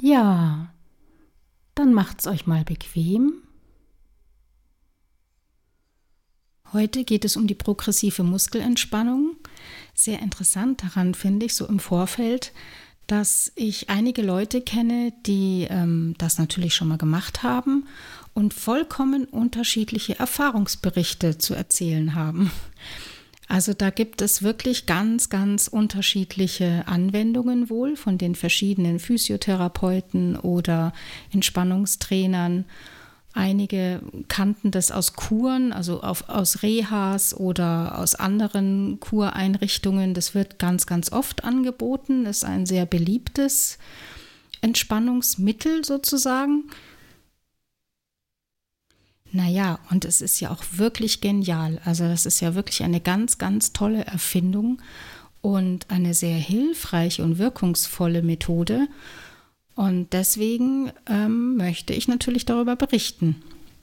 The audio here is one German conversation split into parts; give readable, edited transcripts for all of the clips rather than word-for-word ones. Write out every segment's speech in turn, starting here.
Ja, dann macht's euch mal bequem. Heute geht es um die progressive Muskelentspannung. Sehr interessant daran finde ich so im Vorfeld, dass ich einige Leute kenne, die das natürlich schon mal gemacht haben und vollkommen unterschiedliche Erfahrungsberichte zu erzählen haben. Also da gibt es wirklich ganz, ganz unterschiedliche Anwendungen wohl von den verschiedenen Physiotherapeuten oder Entspannungstrainern. Einige kannten das aus Kuren, also aus Rehas oder aus anderen Kureinrichtungen. Das wird ganz, ganz oft angeboten. Das ist ein sehr beliebtes Entspannungsmittel sozusagen. Naja, und es ist ja auch wirklich genial. Also das ist ja wirklich eine ganz, ganz tolle Erfindung und eine sehr hilfreiche und wirkungsvolle Methode. Und deswegen möchte ich natürlich darüber berichten.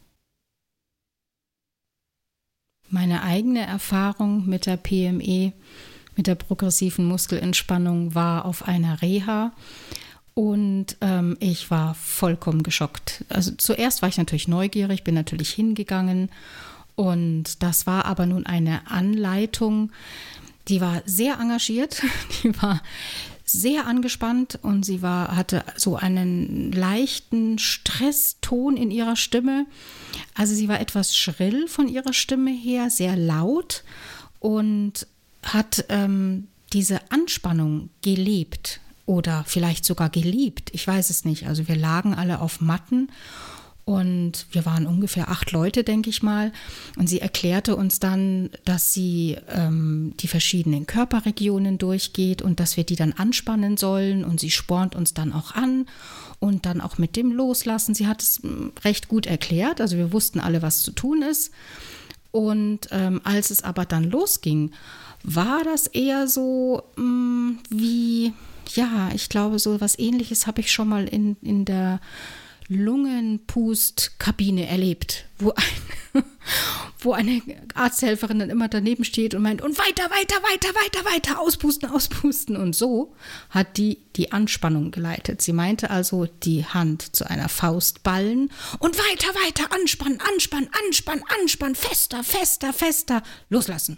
Meine eigene Erfahrung mit der PME, mit der progressiven Muskelentspannung, war auf einer Reha. Und ich war vollkommen geschockt. Also zuerst war ich natürlich neugierig, bin natürlich hingegangen und das war aber nun eine Anleitung, die war sehr engagiert, die war sehr angespannt und sie hatte so einen leichten Stresston in ihrer Stimme. Also sie war etwas schrill von ihrer Stimme her, sehr laut und hat diese Anspannung gelebt. Oder vielleicht sogar geliebt, ich weiß es nicht. Also wir lagen alle auf Matten und wir waren ungefähr 8 Leute, denke ich mal. Und sie erklärte uns dann, dass sie die verschiedenen Körperregionen durchgeht und dass wir die dann anspannen sollen. Und sie spornt uns dann auch an und dann auch mit dem Loslassen. Sie hat es recht gut erklärt, also wir wussten alle, was zu tun ist. Und als es aber dann losging, war das eher so wie... Ja, ich glaube, so was Ähnliches habe ich schon mal in der Lungenpustkabine erlebt, wo eine Arzthelferin dann immer daneben steht und meint, und weiter, auspusten. Und so hat die Anspannung geleitet. Sie meinte also, die Hand zu einer Faust ballen und weiter, anspannen, fester, loslassen.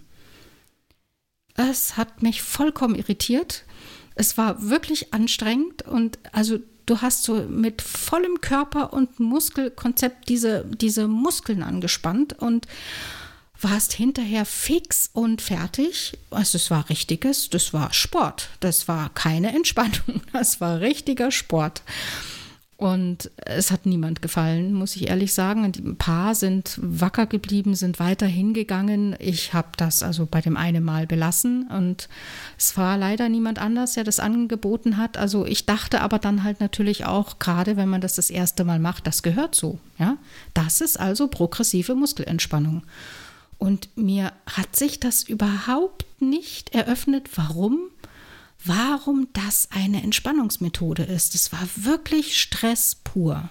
Es hat mich vollkommen irritiert. Es war wirklich anstrengend und also du hast so mit vollem Körper und Muskelkonzept diese Muskeln angespannt und warst hinterher fix und fertig. Also es war das war Sport. Das war keine Entspannung, das war richtiger Sport. Und es hat niemand gefallen, muss ich ehrlich sagen. Ein paar sind wacker geblieben, sind weiter hingegangen. Ich habe das also bei dem einen Mal belassen und es war leider niemand anders, der das angeboten hat. Also ich dachte aber dann halt natürlich auch, gerade wenn man das erste Mal macht, das gehört so. Ja? Das ist also progressive Muskelentspannung. Und mir hat sich das überhaupt nicht eröffnet, warum das eine Entspannungsmethode ist. Es war wirklich Stress pur.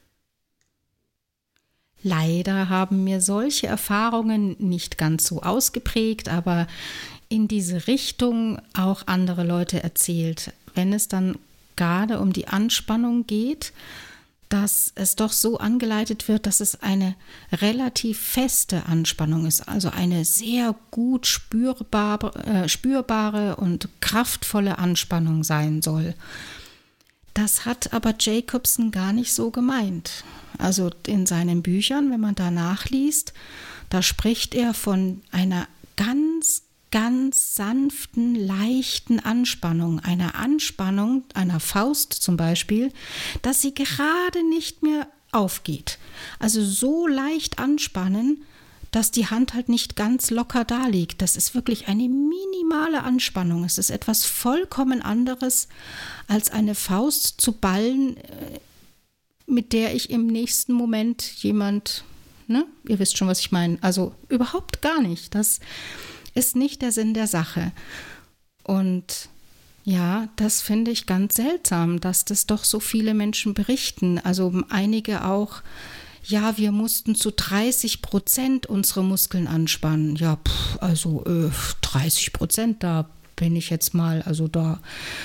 Leider haben mir solche Erfahrungen nicht ganz so ausgeprägt, aber in diese Richtung auch andere Leute erzählt. Wenn es dann gerade um die Anspannung geht, dass es doch so angeleitet wird, dass es eine relativ feste Anspannung ist, also eine sehr gut spürbare und kraftvolle Anspannung sein soll. Das hat aber Jacobson gar nicht so gemeint. Also in seinen Büchern, wenn man da nachliest, da spricht er von einer ganz sanften, leichten Anspannung, einer Faust zum Beispiel, dass sie gerade nicht mehr aufgeht. Also so leicht anspannen, dass die Hand halt nicht ganz locker da liegt. Das ist wirklich eine minimale Anspannung. Es ist etwas vollkommen anderes, als eine Faust zu ballen, mit der ich im nächsten Moment ihr wisst schon, was ich meine. Also überhaupt gar nicht. Das ist nicht der Sinn der Sache. Und ja, das finde ich ganz seltsam, dass das doch so viele Menschen berichten. Also einige auch, ja, wir mussten zu 30% unsere Muskeln anspannen. Ja, 30%, da bin ich jetzt mal, also da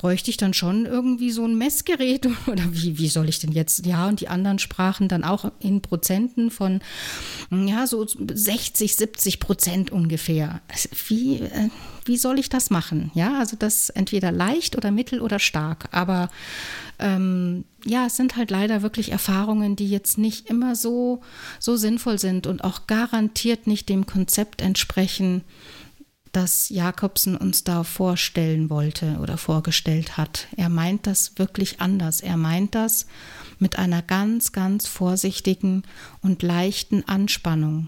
bräuchte ich dann schon irgendwie so ein Messgerät oder wie soll ich denn jetzt, ja, und die anderen sprachen dann auch in Prozenten von, ja, so 60-70% ungefähr. Also wie soll ich das machen? Ja, also das entweder leicht oder mittel oder stark, aber ja, es sind halt leider wirklich Erfahrungen, die jetzt nicht immer so sinnvoll sind und auch garantiert nicht dem Konzept entsprechen, das Jacobsen uns da vorstellen wollte oder vorgestellt hat. Er meint das wirklich anders. Er meint das mit einer ganz, ganz vorsichtigen und leichten Anspannung.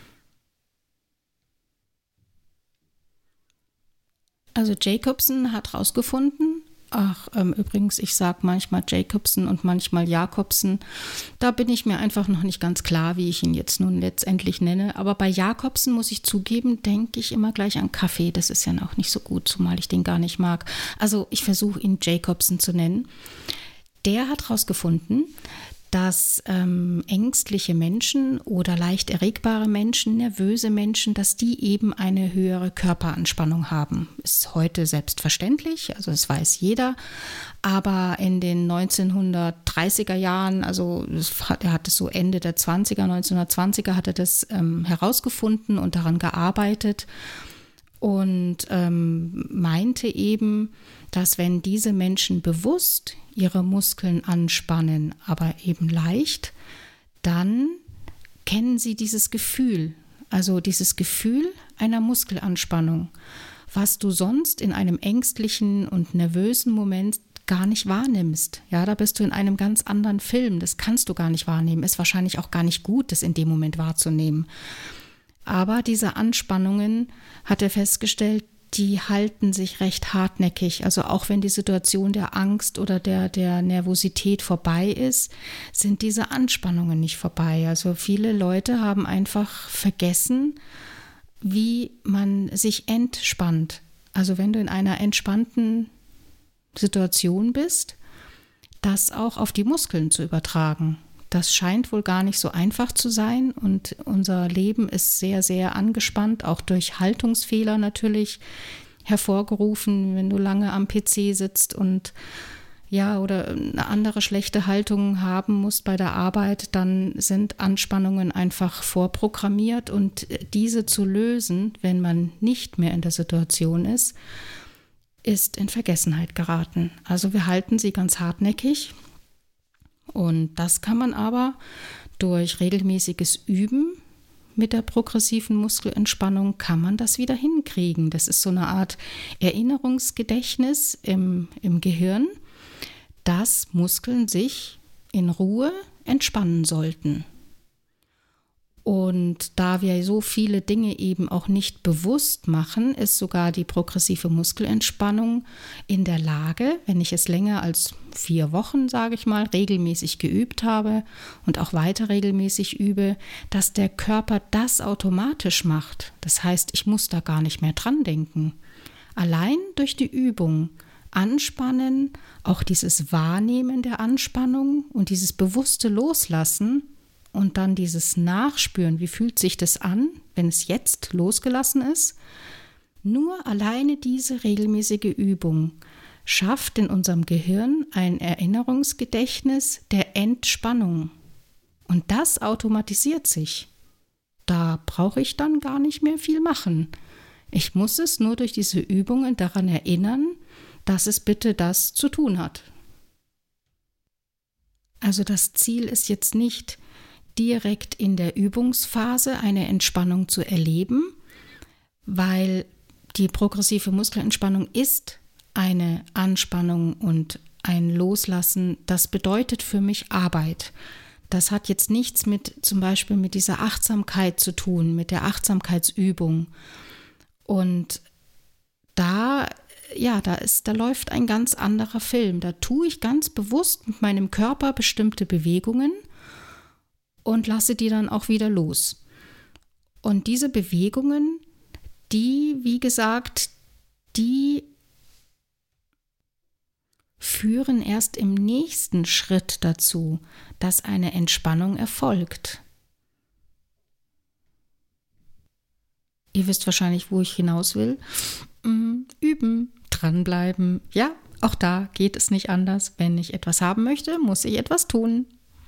Also Jacobsen hat herausgefunden, übrigens, ich sage manchmal Jacobsen und manchmal Jacobsen. Da bin ich mir einfach noch nicht ganz klar, wie ich ihn jetzt nun letztendlich nenne. Aber bei Jacobsen, muss ich zugeben, denke ich immer gleich an Kaffee. Das ist ja auch nicht so gut, zumal ich den gar nicht mag. Also ich versuche ihn Jacobsen zu nennen. Der hat herausgefunden, dass ängstliche Menschen oder leicht erregbare Menschen, nervöse Menschen, dass die eben eine höhere Körperanspannung haben. Ist heute selbstverständlich, also das weiß jeder, aber in den 1930er Jahren, also er hat es so Ende der 1920er hat er das herausgefunden und daran gearbeitet und meinte eben, dass wenn diese Menschen bewusst ihre Muskeln anspannen, aber eben leicht, dann kennen sie dieses Gefühl, also dieses Gefühl einer Muskelanspannung, was du sonst in einem ängstlichen und nervösen Moment gar nicht wahrnimmst. Ja, da bist du in einem ganz anderen Film, das kannst du gar nicht wahrnehmen, ist wahrscheinlich auch gar nicht gut, das in dem Moment wahrzunehmen. Aber diese Anspannungen, hat er festgestellt, die halten sich recht hartnäckig. Also auch wenn die Situation der Angst oder der Nervosität vorbei ist, sind diese Anspannungen nicht vorbei. Also viele Leute haben einfach vergessen, wie man sich entspannt. Also wenn du in einer entspannten Situation bist, das auch auf die Muskeln zu übertragen. Das scheint wohl gar nicht so einfach zu sein und unser Leben ist sehr, sehr angespannt, auch durch Haltungsfehler natürlich hervorgerufen, wenn du lange am PC sitzt und ja, oder eine andere schlechte Haltung haben musst bei der Arbeit, dann sind Anspannungen einfach vorprogrammiert und diese zu lösen, wenn man nicht mehr in der Situation ist in Vergessenheit geraten. Also wir halten sie ganz hartnäckig. Und das kann man aber durch regelmäßiges Üben mit der progressiven Muskelentspannung kann man das wieder hinkriegen. Das ist so eine Art Erinnerungsgedächtnis im Gehirn, dass Muskeln sich in Ruhe entspannen sollten. Und da wir so viele Dinge eben auch nicht bewusst machen, ist sogar die progressive Muskelentspannung in der Lage, wenn ich es länger als 4 Wochen, sage ich mal, regelmäßig geübt habe und auch weiter regelmäßig übe, dass der Körper das automatisch macht. Das heißt, ich muss da gar nicht mehr dran denken. Allein durch die Übung anspannen, auch dieses Wahrnehmen der Anspannung und dieses bewusste Loslassen, und dann dieses Nachspüren, wie fühlt sich das an, wenn es jetzt losgelassen ist. Nur alleine diese regelmäßige Übung schafft in unserem Gehirn ein Erinnerungsgedächtnis der Entspannung. Und das automatisiert sich. Da brauche ich dann gar nicht mehr viel machen. Ich muss es nur durch diese Übungen daran erinnern, dass es bitte das zu tun hat. Also das Ziel ist jetzt nicht, direkt in der Übungsphase eine Entspannung zu erleben, weil die progressive Muskelentspannung ist eine Anspannung und ein Loslassen. Das bedeutet für mich Arbeit. Das hat jetzt nichts mit zum Beispiel mit dieser Achtsamkeit zu tun, mit der Achtsamkeitsübung. Und da läuft ein ganz anderer Film. Da tue ich ganz bewusst mit meinem Körper bestimmte Bewegungen und lasse die dann auch wieder los. Und diese Bewegungen, die, wie gesagt, die führen erst im nächsten Schritt dazu, dass eine Entspannung erfolgt. Ihr wisst wahrscheinlich, wo ich hinaus will. Üben, dranbleiben, ja, Auch da geht es nicht anders. Wenn ich etwas haben möchte, muss ich etwas tun.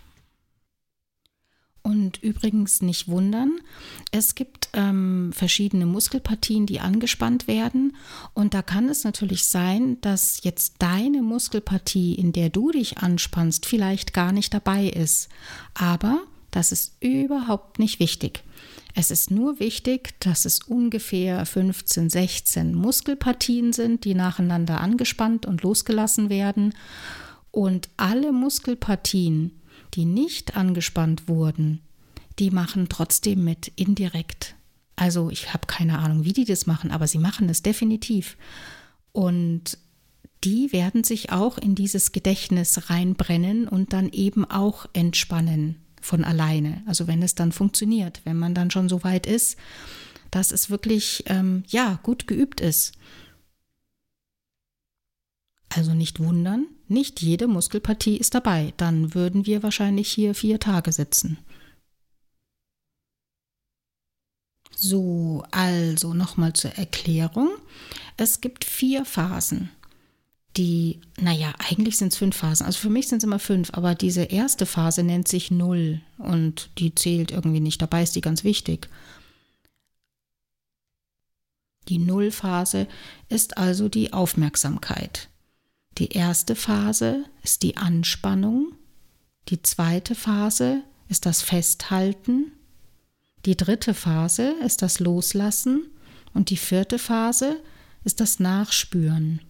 Und übrigens nicht wundern, es gibt verschiedene Muskelpartien, die angespannt werden. Und da kann es natürlich sein, dass jetzt deine Muskelpartie, in der du dich anspannst, vielleicht gar nicht dabei ist. Aber das ist überhaupt nicht wichtig. Es ist nur wichtig, dass es ungefähr 15, 16 Muskelpartien sind, die nacheinander angespannt und losgelassen werden. Und alle Muskelpartien, die nicht angespannt wurden, die machen trotzdem mit, indirekt. Also ich habe keine Ahnung, wie die das machen, aber sie machen es definitiv. Und die werden sich auch in dieses Gedächtnis reinbrennen und dann eben auch entspannen von alleine. Also wenn es dann funktioniert, wenn man dann schon so weit ist, dass es wirklich gut geübt ist. Also nicht wundern, nicht jede Muskelpartie ist dabei. Dann würden wir wahrscheinlich hier 4 Tage sitzen. So, also nochmal zur Erklärung. Es gibt 4 Phasen. Eigentlich sind es 5 Phasen. Also für mich sind es immer 5, aber diese erste Phase nennt sich 0 und die zählt irgendwie nicht. Dabei ist die ganz wichtig. Die 0-Phase ist also die Aufmerksamkeit. Die erste Phase ist die Anspannung. Die zweite Phase ist das Festhalten. Die dritte Phase ist das Loslassen. Und die 4. Phase ist das Nachspüren.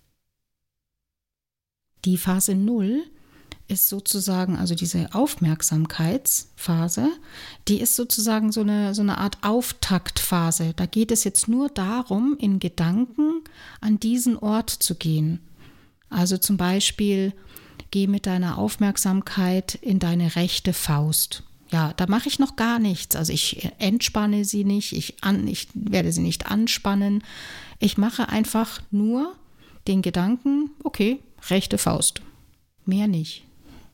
Die Phase 0 ist sozusagen, also diese Aufmerksamkeitsphase, die ist sozusagen so eine Art Auftaktphase. Da geht es jetzt nur darum, in Gedanken an diesen Ort zu gehen. Also zum Beispiel, geh mit deiner Aufmerksamkeit in deine rechte Faust. Ja, da mache ich noch gar nichts. Also ich entspanne sie nicht, ich werde sie nicht anspannen. Ich mache einfach nur den Gedanken, okay, rechte Faust. Mehr nicht.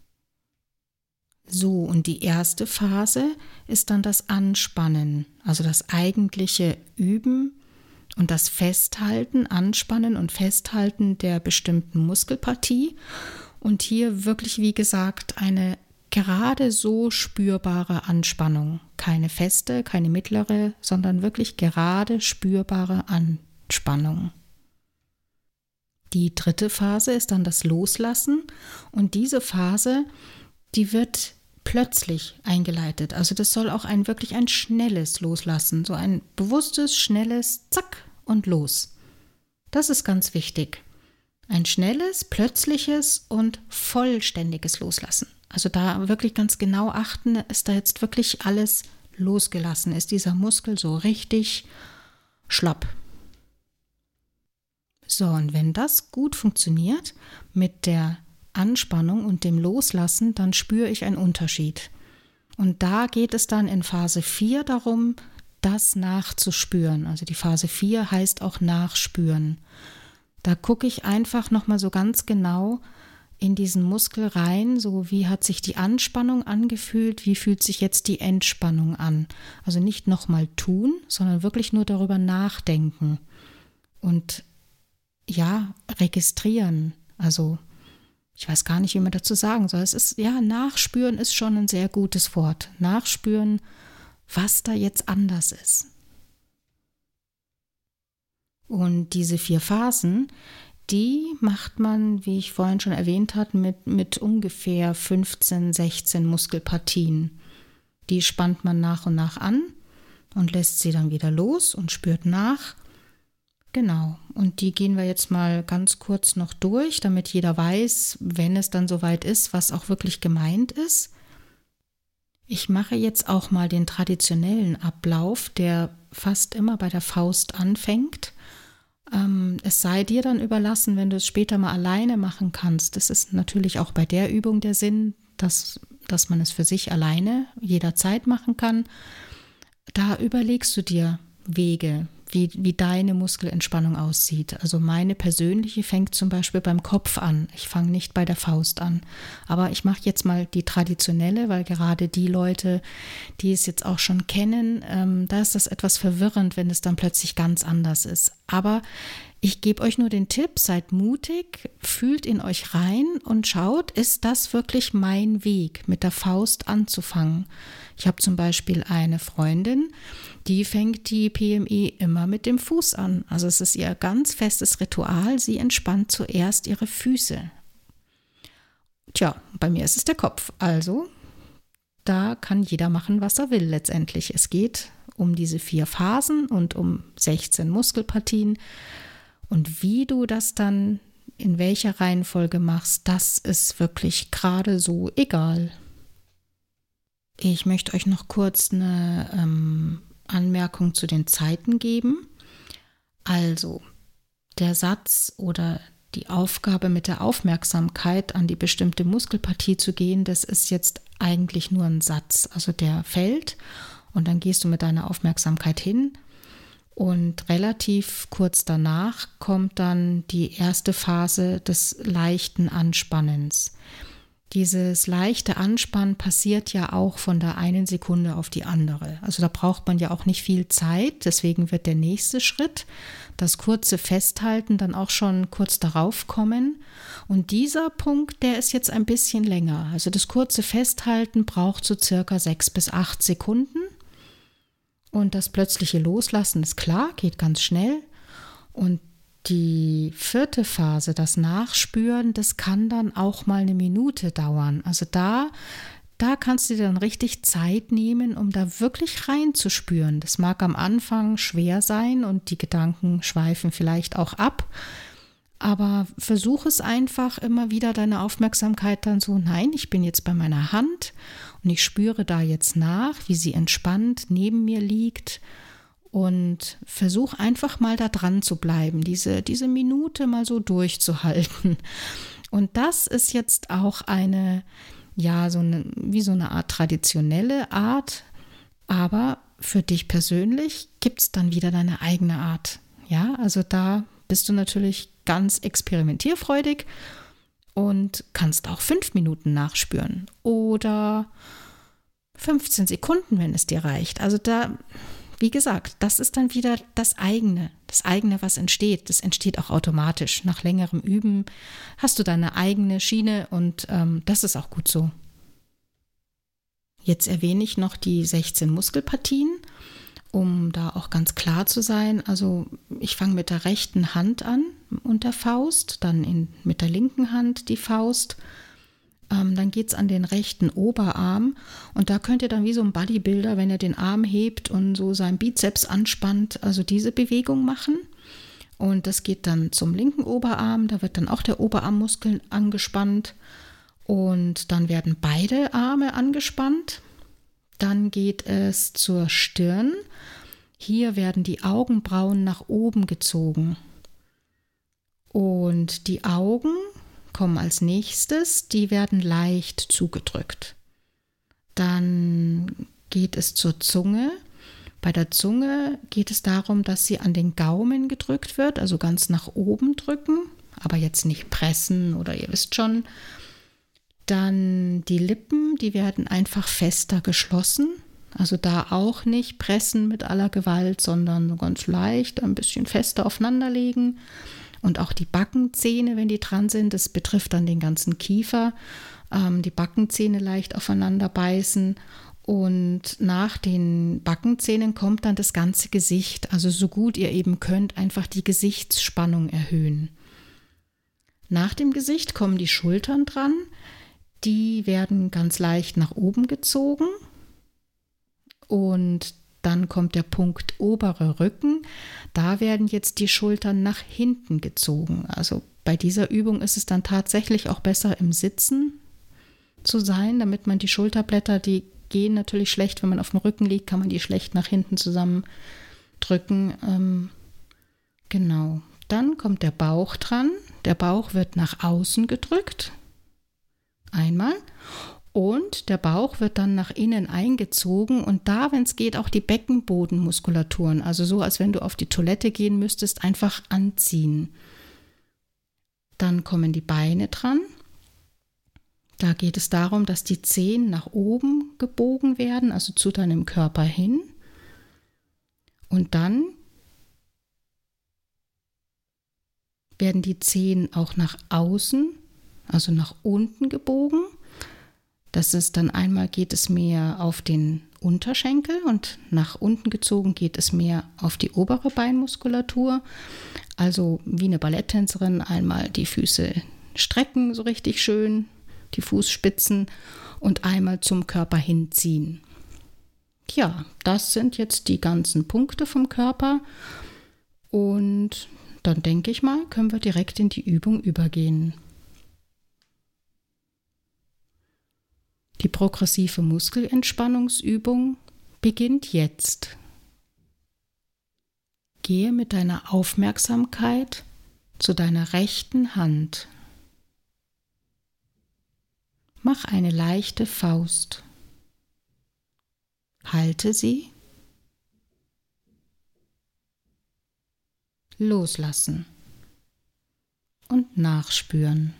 So, und die erste Phase ist dann das Anspannen, also das eigentliche Üben und das Festhalten, Anspannen und Festhalten der bestimmten Muskelpartie. Und hier wirklich, wie gesagt, eine gerade so spürbare Anspannung. Keine feste, keine mittlere, sondern wirklich gerade spürbare Anspannung. Die dritte Phase ist dann das Loslassen und diese Phase, die wird plötzlich eingeleitet. Also das soll auch wirklich ein schnelles Loslassen, so ein bewusstes, schnelles Zack und los. Das ist ganz wichtig. Ein schnelles, plötzliches und vollständiges Loslassen. Also da wirklich ganz genau achten, ist da jetzt wirklich alles losgelassen? Ist dieser Muskel so richtig schlapp? So, und wenn das gut funktioniert mit der Anspannung und dem Loslassen, dann spüre ich einen Unterschied. Und da geht es dann in Phase 4 darum, das nachzuspüren. Also die Phase 4 heißt auch nachspüren. Da gucke ich einfach nochmal so ganz genau in diesen Muskel rein, so wie hat sich die Anspannung angefühlt, wie fühlt sich jetzt die Entspannung an. Also nicht nochmal tun, sondern wirklich nur darüber nachdenken und registrieren. Also ich weiß gar nicht, wie man dazu sagen soll. Es ist, nachspüren ist schon ein sehr gutes Wort. Nachspüren, was da jetzt anders ist. Und diese 4 Phasen, die macht man, wie ich vorhin schon erwähnt habe, mit ungefähr 15, 16 Muskelpartien. Die spannt man nach und nach an und lässt sie dann wieder los und spürt nach. Genau, und die gehen wir jetzt mal ganz kurz noch durch, damit jeder weiß, wenn es dann soweit ist, was auch wirklich gemeint ist. Ich mache jetzt auch mal den traditionellen Ablauf, der fast immer bei der Faust anfängt. Es sei dir dann überlassen, wenn du es später mal alleine machen kannst. Das ist natürlich auch bei der Übung der Sinn, dass man es für sich alleine jederzeit machen kann. Da überlegst du dir Wege, wie deine Muskelentspannung aussieht. Also meine persönliche fängt zum Beispiel beim Kopf an. Ich fange nicht bei der Faust an. Aber ich mache jetzt mal die traditionelle, weil gerade die Leute, die es jetzt auch schon kennen, da ist das etwas verwirrend, wenn es dann plötzlich ganz anders ist. Aber ich gebe euch nur den Tipp, seid mutig, fühlt in euch rein und schaut, ist das wirklich mein Weg, mit der Faust anzufangen? Ich habe zum Beispiel eine Freundin, die fängt die PME immer mit dem Fuß an. Also es ist ihr ganz festes Ritual, sie entspannt zuerst ihre Füße. Tja, bei mir ist es der Kopf. Also da kann jeder machen, was er will letztendlich. Es geht um diese 4 Phasen und um 16 Muskelpartien. Und wie du das dann in welcher Reihenfolge machst, das ist wirklich gerade so egal. Ich möchte euch noch kurz eine Anmerkung zu den Zeiten geben. Also der Satz oder die Aufgabe mit der Aufmerksamkeit an die bestimmte Muskelpartie zu gehen, das ist jetzt eigentlich nur ein Satz. Also der fällt und dann gehst du mit deiner Aufmerksamkeit hin. Und relativ kurz danach kommt dann die erste Phase des leichten Anspannens. Dieses leichte Anspannen passiert ja auch von der einen Sekunde auf die andere. Also da braucht man ja auch nicht viel Zeit. Deswegen wird der nächste Schritt, das kurze Festhalten, dann auch schon kurz darauf kommen. Und dieser Punkt, der ist jetzt ein bisschen länger. Also das kurze Festhalten braucht so circa 6 bis 8 Sekunden. Und das plötzliche Loslassen ist klar, geht ganz schnell. Und die 4. Phase, das Nachspüren, das kann dann auch mal eine Minute dauern. Also da kannst du dir dann richtig Zeit nehmen, um da wirklich reinzuspüren. Das mag am Anfang schwer sein und die Gedanken schweifen vielleicht auch ab. Aber versuch es einfach immer wieder, deine Aufmerksamkeit dann so, nein, ich bin jetzt bei meiner Hand und ich spüre da jetzt nach, wie sie entspannt neben mir liegt und versuch einfach mal da dran zu bleiben, diese Minute mal so durchzuhalten. Und das ist jetzt auch wie so eine Art traditionelle Art, aber für dich persönlich gibt es dann wieder deine eigene Art. Ja, also da bist du natürlich ganz experimentierfreudig und kannst auch 5 Minuten nachspüren oder 15 Sekunden, wenn es dir reicht. Also da, wie gesagt, das ist dann wieder das eigene, was entsteht. Das entsteht auch automatisch. Nach längerem Üben hast du deine eigene Schiene und das ist auch gut so. Jetzt erwähne ich noch die 16 Muskelpartien, um da auch ganz klar zu sein. Also ich fange mit der rechten Hand an und der Faust, dann mit der linken Hand die Faust. Dann geht es an den rechten Oberarm und da könnt ihr dann wie so ein Bodybuilder, wenn ihr den Arm hebt und so seinen Bizeps anspannt, also diese Bewegung machen. Und das geht dann zum linken Oberarm, da wird dann auch der Oberarmmuskel angespannt und dann werden beide Arme angespannt. Dann geht es zur Stirn. Hier werden die Augenbrauen nach oben gezogen. Und die Augen kommen als nächstes, die werden leicht zugedrückt. Dann geht es zur Zunge. Bei der Zunge geht es darum, dass sie an den Gaumen gedrückt wird, also ganz nach oben drücken, aber jetzt nicht pressen oder ihr wisst schon. Dann die Lippen, die werden einfach fester geschlossen. Also da auch nicht pressen mit aller Gewalt, sondern ganz leicht ein bisschen fester aufeinanderlegen. Und auch die Backenzähne, wenn die dran sind, das betrifft dann den ganzen Kiefer, die Backenzähne leicht aufeinander beißen. Und nach den Backenzähnen kommt dann das ganze Gesicht. Also so gut ihr eben könnt, einfach die Gesichtsspannung erhöhen. Nach dem Gesicht kommen die Schultern dran. Die werden ganz leicht nach oben gezogen und dann kommt der Punkt obere Rücken. Da werden jetzt die Schultern nach hinten gezogen. Also bei dieser Übung ist es dann tatsächlich auch besser im Sitzen zu sein, damit man die Schulterblätter, die gehen natürlich schlecht, wenn man auf dem Rücken liegt, kann man die schlecht nach hinten zusammendrücken. Genau. Dann kommt der Bauch dran. Der Bauch wird nach außen gedrückt. Einmal. Und der Bauch wird dann nach innen eingezogen und da, wenn es geht, auch die Beckenbodenmuskulaturen, also so, als wenn du auf die Toilette gehen müsstest, einfach anziehen. Dann kommen die Beine dran. Da geht es darum, dass die Zehen nach oben gebogen werden, also zu deinem Körper hin. Und dann werden die Zehen auch nach außen, also nach unten gebogen. Das ist dann einmal geht es mehr auf den Unterschenkel und nach unten gezogen geht es mehr auf die obere Beinmuskulatur. Also wie eine Balletttänzerin einmal die Füße strecken, so richtig schön, die Fußspitzen und einmal zum Körper hinziehen. Ja, das sind jetzt die ganzen Punkte vom Körper und dann denke ich mal, können wir direkt in die Übung übergehen. Die progressive Muskelentspannungsübung beginnt jetzt. Gehe mit deiner Aufmerksamkeit zu deiner rechten Hand. Mach eine leichte Faust. Halte sie. Loslassen und nachspüren.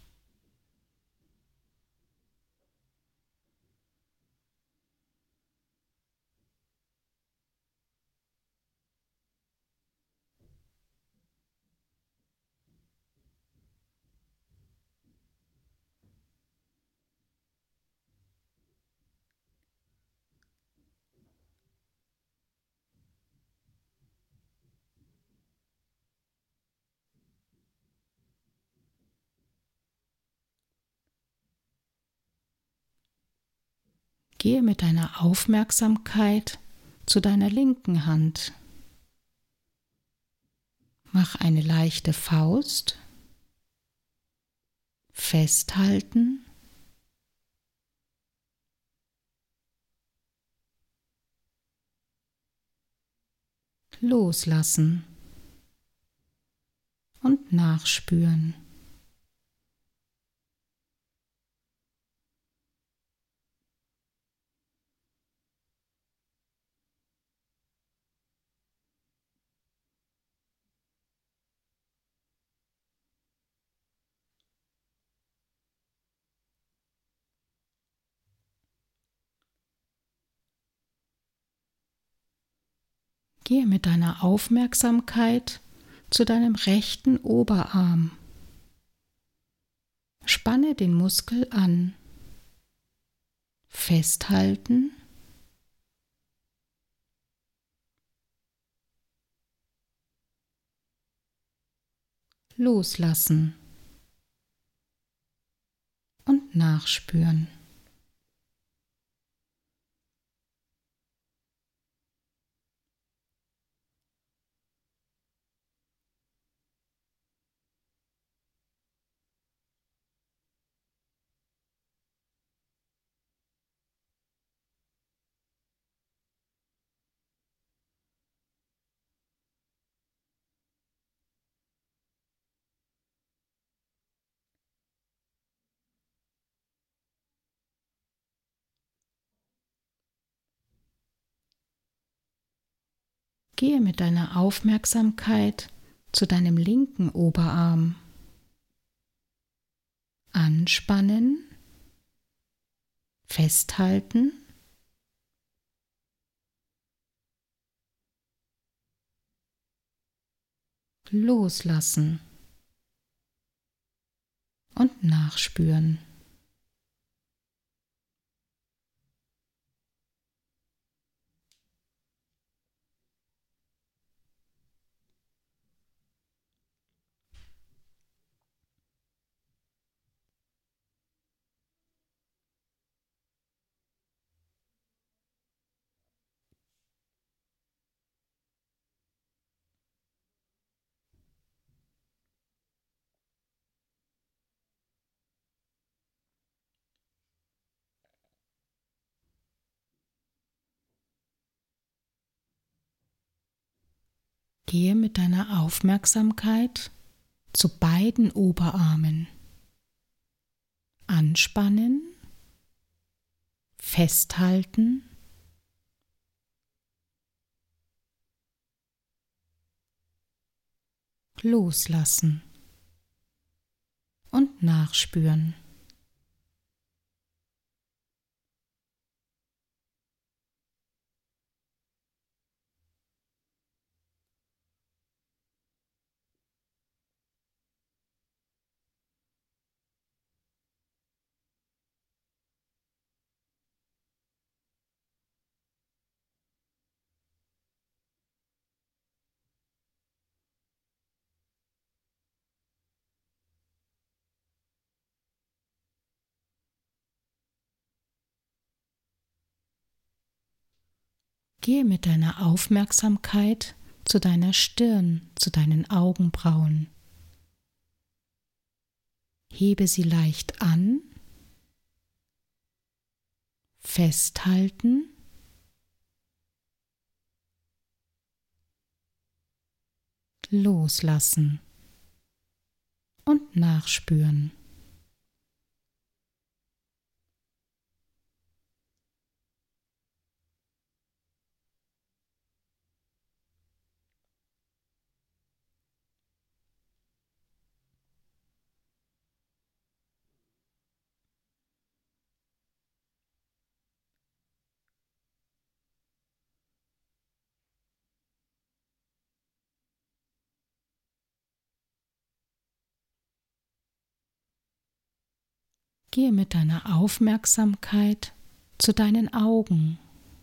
Gehe mit deiner Aufmerksamkeit zu deiner linken Hand. Mach eine leichte Faust. Festhalten. Loslassen und nachspüren. Gehe mit deiner Aufmerksamkeit zu deinem rechten Oberarm. Spanne den Muskel an. Festhalten. Loslassen und nachspüren. Gehe mit deiner Aufmerksamkeit zu deinem linken Oberarm. Anspannen, festhalten, loslassen und nachspüren. Gehe mit deiner Aufmerksamkeit zu beiden Oberarmen. Anspannen, festhalten, loslassen und nachspüren. Gehe mit deiner Aufmerksamkeit zu deiner Stirn, zu deinen Augenbrauen. Hebe sie leicht an, festhalten, loslassen und nachspüren. Gehe mit deiner Aufmerksamkeit zu deinen Augen.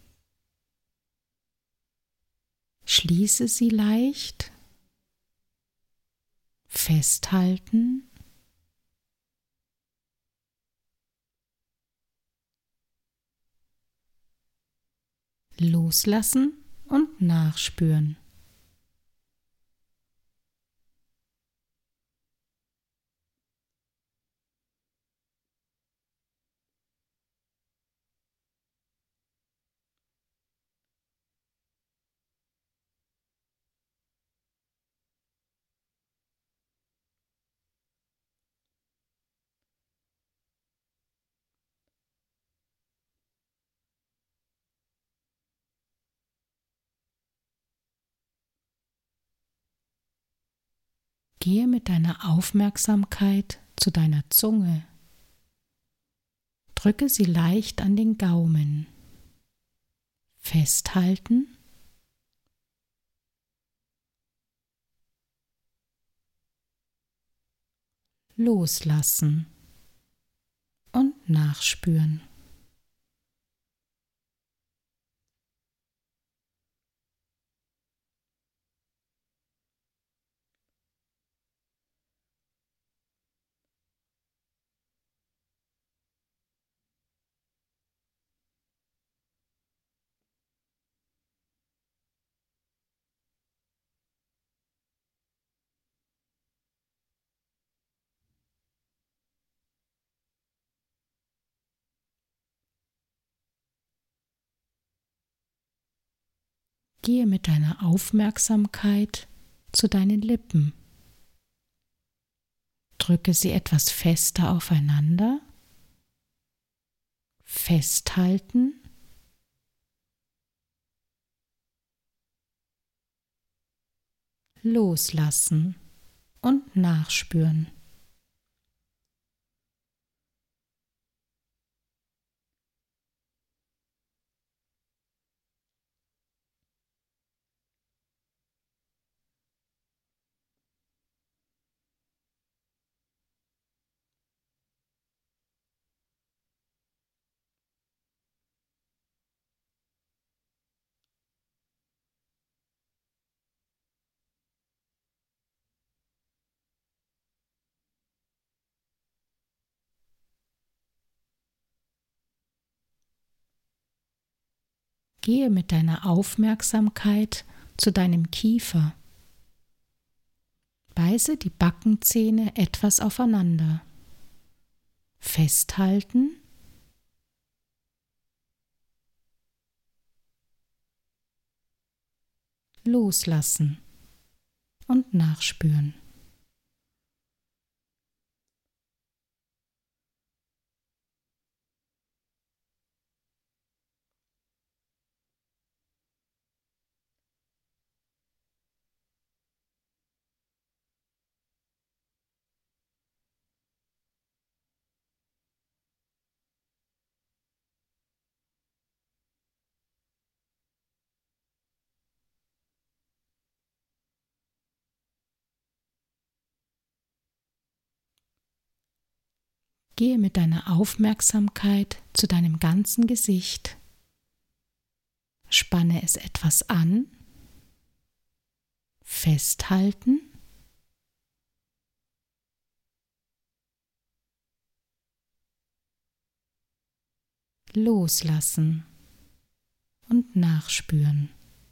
Schließe sie leicht, festhalten, loslassen und nachspüren. Gehe mit deiner Aufmerksamkeit zu deiner Zunge. Drücke sie leicht an den Gaumen. Festhalten, loslassen und nachspüren. Gehe mit deiner Aufmerksamkeit zu deinen Lippen. Drücke sie etwas fester aufeinander, festhalten, loslassen und nachspüren. Gehe mit deiner Aufmerksamkeit zu deinem Kiefer. Beiße die Backenzähne etwas aufeinander. Festhalten, loslassen und nachspüren. Gehe mit deiner Aufmerksamkeit zu deinem ganzen Gesicht. Spanne es etwas an, festhalten, loslassen und nachspüren.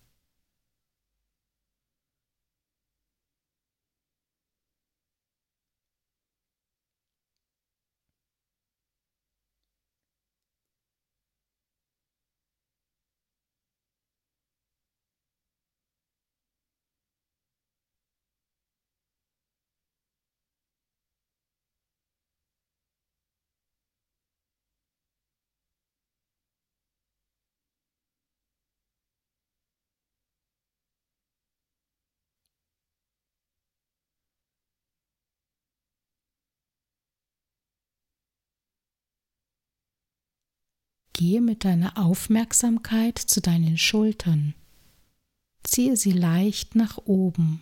Gehe mit deiner Aufmerksamkeit zu deinen Schultern. Ziehe sie leicht nach oben.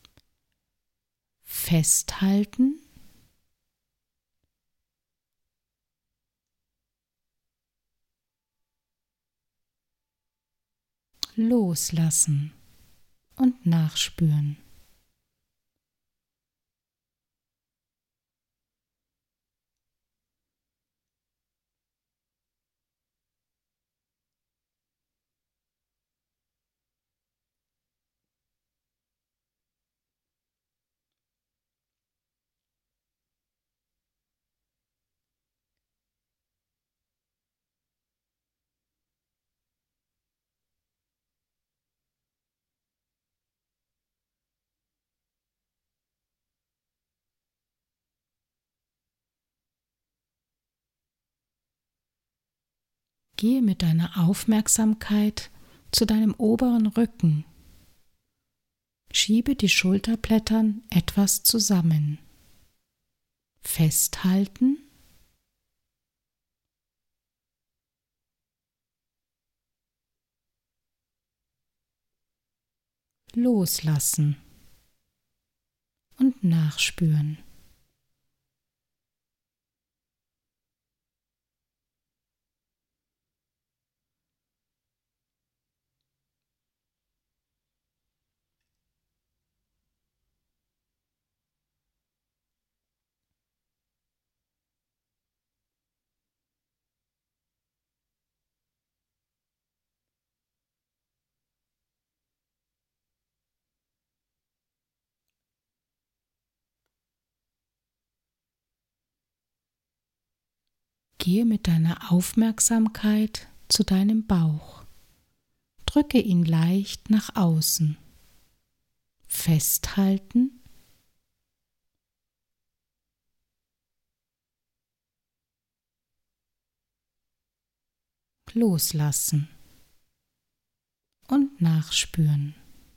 Festhalten, loslassen und nachspüren. Gehe mit deiner Aufmerksamkeit zu deinem oberen Rücken. Schiebe die Schulterblättern etwas zusammen. Festhalten, loslassen und nachspüren. Gehe mit deiner Aufmerksamkeit zu deinem Bauch. Drücke ihn leicht nach außen. Festhalten, loslassen und nachspüren.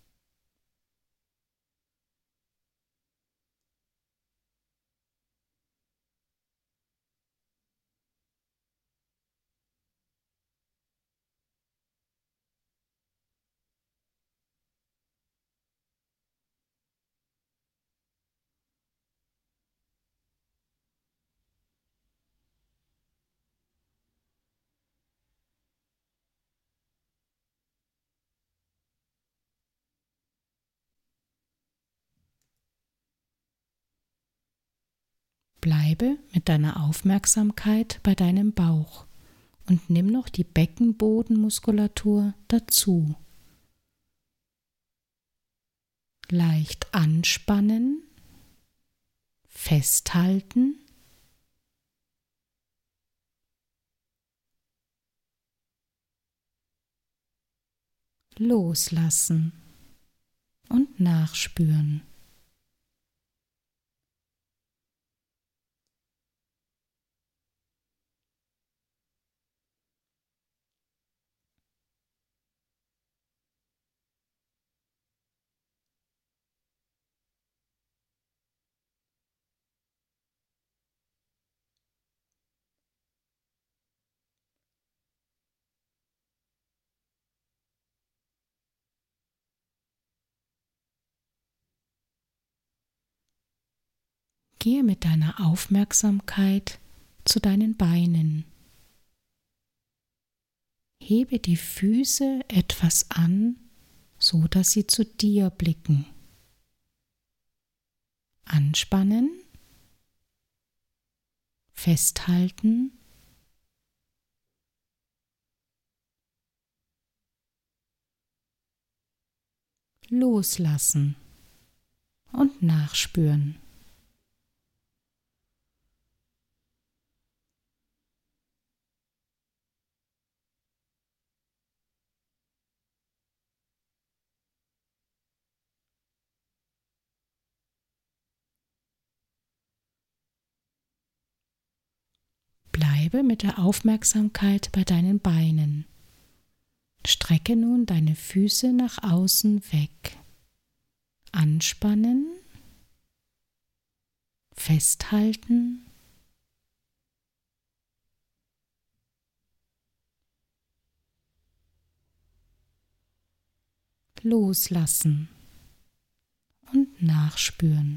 Bleibe mit deiner Aufmerksamkeit bei deinem Bauch und nimm noch die Beckenbodenmuskulatur dazu. Leicht anspannen, festhalten, loslassen und nachspüren. Gehe mit deiner Aufmerksamkeit zu deinen Beinen. Hebe die Füße etwas an, so dass sie zu dir blicken. Anspannen, festhalten, loslassen und nachspüren. Bleibe mit der Aufmerksamkeit bei deinen Beinen. Strecke nun deine Füße nach außen weg. Anspannen, festhalten, loslassen und nachspüren.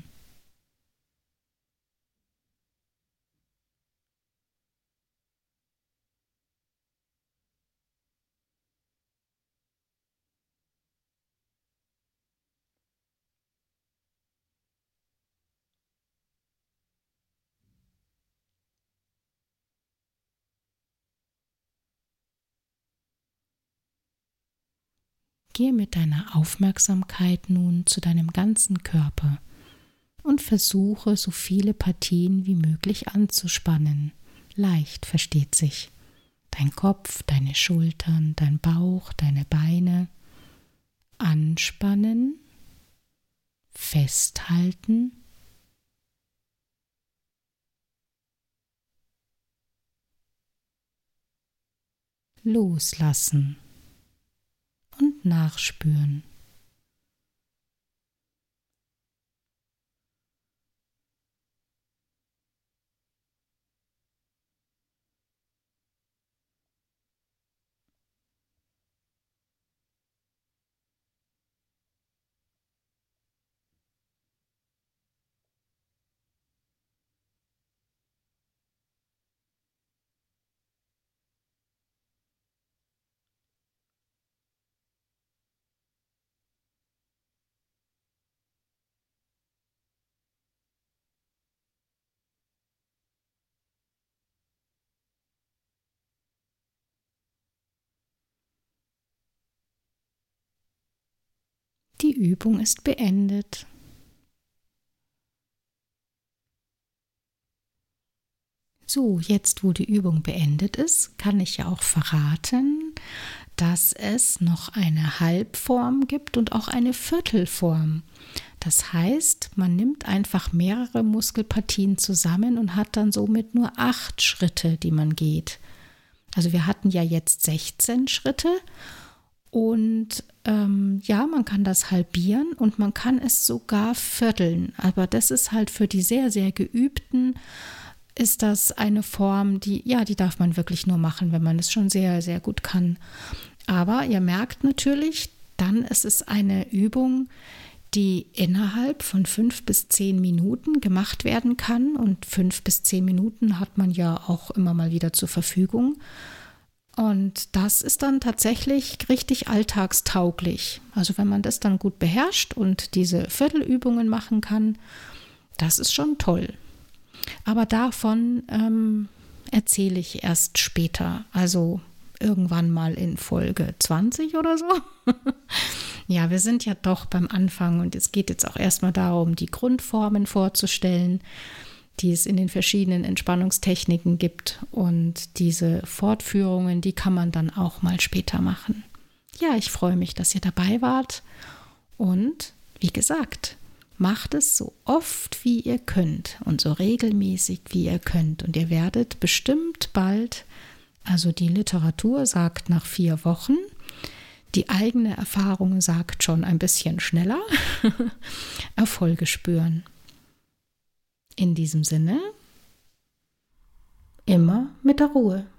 Gehe mit deiner Aufmerksamkeit nun zu deinem ganzen Körper und versuche, so viele Partien wie möglich anzuspannen. Leicht, versteht sich. Dein Kopf, deine Schultern, dein Bauch, deine Beine. Anspannen, festhalten, loslassen und nachspüren. Die Übung ist beendet. So, jetzt wo die Übung beendet ist, kann ich ja auch verraten, dass es noch eine Halbform gibt und auch eine Viertelform. Das heißt, man nimmt einfach mehrere Muskelpartien zusammen und hat dann somit nur 8 Schritte, die man geht. Also wir hatten ja jetzt 16 Schritte und man kann das halbieren und man kann es sogar vierteln. Aber das ist halt für die sehr, sehr Geübten, ist das eine Form, die darf man wirklich nur machen, wenn man es schon sehr, sehr gut kann. Aber ihr merkt natürlich, dann ist es eine Übung, die innerhalb von 5 bis 10 Minuten gemacht werden kann. Und 5 bis 10 Minuten hat man ja auch immer mal wieder zur Verfügung. Und das ist dann tatsächlich richtig alltagstauglich. Also wenn man das dann gut beherrscht und diese Viertelübungen machen kann, das ist schon toll. Aber davon erzähle ich erst später, also irgendwann mal in Folge 20 oder so. Ja, wir sind ja doch beim Anfang und es geht jetzt auch erstmal darum, die Grundformen vorzustellen, die es in den verschiedenen Entspannungstechniken gibt, und diese Fortführungen, die kann man dann auch mal später machen. Ja, ich freue mich, dass ihr dabei wart und wie gesagt, macht es so oft wie ihr könnt und so regelmäßig wie ihr könnt und ihr werdet bestimmt bald, also die Literatur sagt nach 4 Wochen, die eigene Erfahrung sagt schon ein bisschen schneller, Erfolge spüren. In diesem Sinne, immer mit der Ruhe.